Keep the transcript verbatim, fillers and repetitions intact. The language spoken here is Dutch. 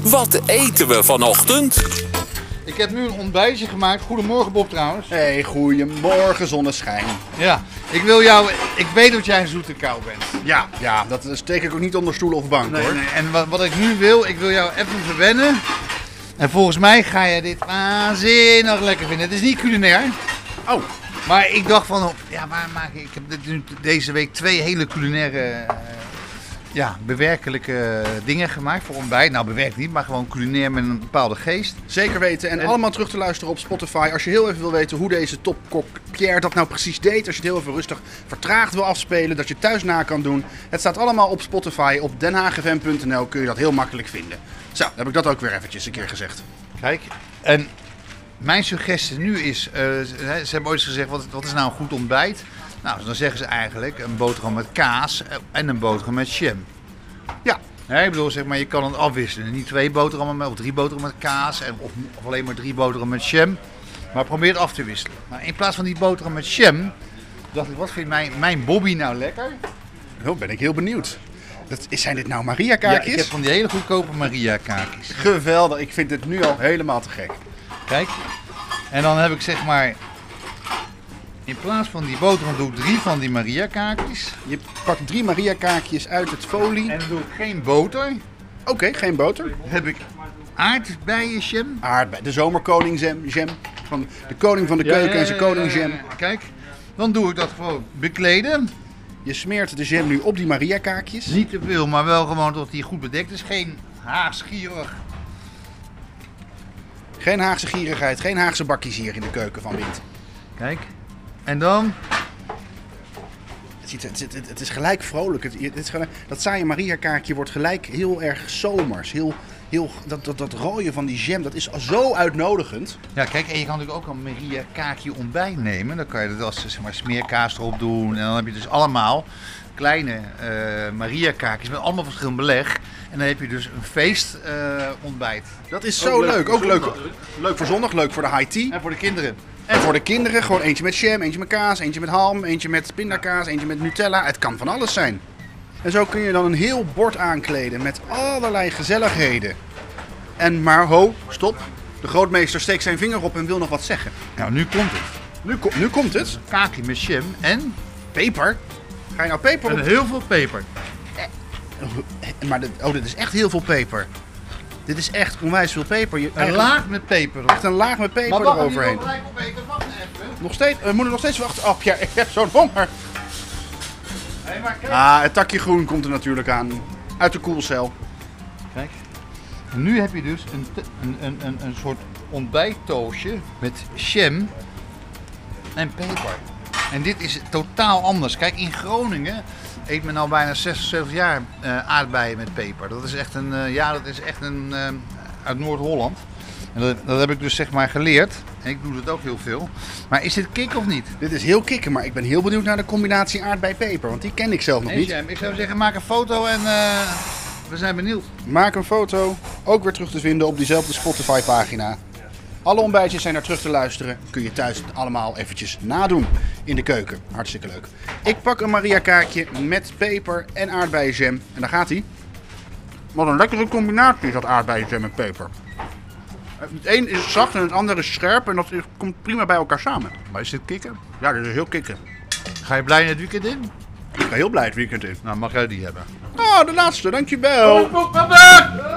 Wat eten we vanochtend? Ik heb nu een ontbijtje gemaakt. Goedemorgen Bob trouwens. Hey, goedemorgen zonneschijn. Ja, ik wil jou... Ik weet dat jij een zoete kou bent. Ja, ja, dat steek ik ook niet onder stoel of bank Nee, hoor. nee. En wat, wat ik nu wil, ik wil jou even verwennen. En volgens mij ga je dit waanzinnig lekker vinden. Het is niet culinair. Oh, Maar ik dacht van, ja, waar maak ik... Ik heb dit nu deze week twee hele culinaire... eh, ja, bewerkelijke dingen gemaakt voor ontbijt. Nou, bewerkt niet, maar gewoon culinair met een bepaalde geest. zeker weten. En, En- allemaal terug te luisteren op Spotify. Als je heel even wil weten hoe deze topkok Pierre dat nou precies deed. Als je het heel even rustig vertraagd wil afspelen. Dat je het thuis na kan doen. Het staat allemaal op Spotify. Op den haag f m punt n l kun je dat heel makkelijk vinden. Zo, dan heb ik dat ook weer eventjes een keer gezegd. Kijk, en mijn suggestie nu is, uh, ze hebben ooit gezegd, wat, wat is nou een goed ontbijt? Nou, dan zeggen ze eigenlijk een boterham met kaas en een boterham met jam. Ja, Ja, ik bedoel, zeg maar, je kan het afwisselen. Niet twee boterhammen met, of drie boterhammen met kaas en, of, of alleen maar drie boterhammen met jam. Maar probeer het af te wisselen. Maar in plaats van die boterham met jam, dacht ik, wat vindt mijn, mijn Bobby nou lekker? oh, ben ik heel benieuwd. Dat, zijn dit nou Maria Ja, kaakjes? ik heb van die hele goedkope Maria kaakjes. Geweldig, ik vind het nu al helemaal te gek. Kijk, en dan heb ik zeg maar, in plaats van die boterham doe ik drie van die Maria kaakjes. Je pakt drie Maria kaakjes uit het folie. En dan doe ik geen boter. Oké, geen boter. Dan heb ik aardbeienjam. Aardbei, de zomerkoning jam, jam. Van de koning van de keuken en zijn koning jam. Kijk, dan doe ik dat gewoon bekleden. Je smeert de jam nu op die Maria kaakjes. Niet te veel, maar wel gewoon dat die goed bedekt is. Geen haagschierig. Geen Haagse gierigheid, geen Haagse bakjes hier in de keuken van Wind. Kijk, en dan Het, ziet, het, het, het is gelijk vrolijk. Het, het is gelijk, dat saaie Maria kaakje wordt gelijk heel erg zomers. Heel, heel, dat, dat, dat rooien van die jam, dat is zo uitnodigend. Ja, kijk, en je kan natuurlijk ook een Maria kaakje ontbijt nemen. Dan kan je dat als zeg maar, smeerkaas erop doen. En dan heb je dus allemaal kleine uh, Maria kaakjes met allemaal verschillend beleg. En dan heb je dus een feest uh, ontbijt. Dat is zo leuk. leuk. Ook leuk, leuk voor zondag, leuk voor de high tea. En voor de kinderen. En voor de kinderen gewoon eentje met jam, eentje met kaas, eentje met halm, eentje met pindakaas, eentje met Nutella. Het kan van alles zijn. En zo kun je dan een heel bord aankleden met allerlei gezelligheden. En maar ho, stop. De grootmeester steekt zijn vinger op en wil nog wat zeggen. Nou, nu komt het. Nu, ko- nu komt het. Kaakje met jam en, Peper? Ga je nou peper en op? heel veel peper. Maar dit, oh, dit is echt heel veel peper. Dit is echt onwijs veel peper. Je, Een eigenlijk laag met peper. echt een laag met peper eroverheen. Nog steeds, we moeten nog steeds wachten. Oh ja, ik heb zo'n honger. Hey, maar kijk. Ah, het takje groen komt er natuurlijk aan. Uit de koelcel. Kijk. En nu heb je dus een, te- een, een, een, een soort ontbijttoosje met jam en peper. En dit is totaal anders. Kijk, in Groningen eet men al bijna zestig, zeventig jaar uh, aardbeien met peper. Dat is echt een, uh, ja, dat is echt een, uh, uit Noord-Holland. En dat, dat heb ik dus zeg maar geleerd. En ik doe dat ook heel veel. Maar is dit kick of niet? Dit is heel kicken, maar ik ben heel benieuwd naar de combinatie aardbei-peper. Want die ken ik zelf nog En niet. jam. Ik zou zeggen, maak een foto en uh, we zijn benieuwd. Maak een foto. Ook weer terug te vinden op diezelfde Spotify pagina. Alle ontbijtjes zijn daar terug te luisteren. Kun je thuis allemaal eventjes nadoen in de keuken. Hartstikke leuk. Ik pak een Maria kaakje met peper en aardbeienjam. En daar gaat hij. Wat een lekkere combinatie is dat aardbeienjam en peper. Het een is zacht en het andere is scherp. En dat is- komt prima bij elkaar samen. Maar is dit kicken? Ja, dit is heel kicken. Ga je blij in het weekend in? Ik ga heel blij het weekend in. Nou, mag jij die hebben. Oh, de laatste. Dankjewel. Papa!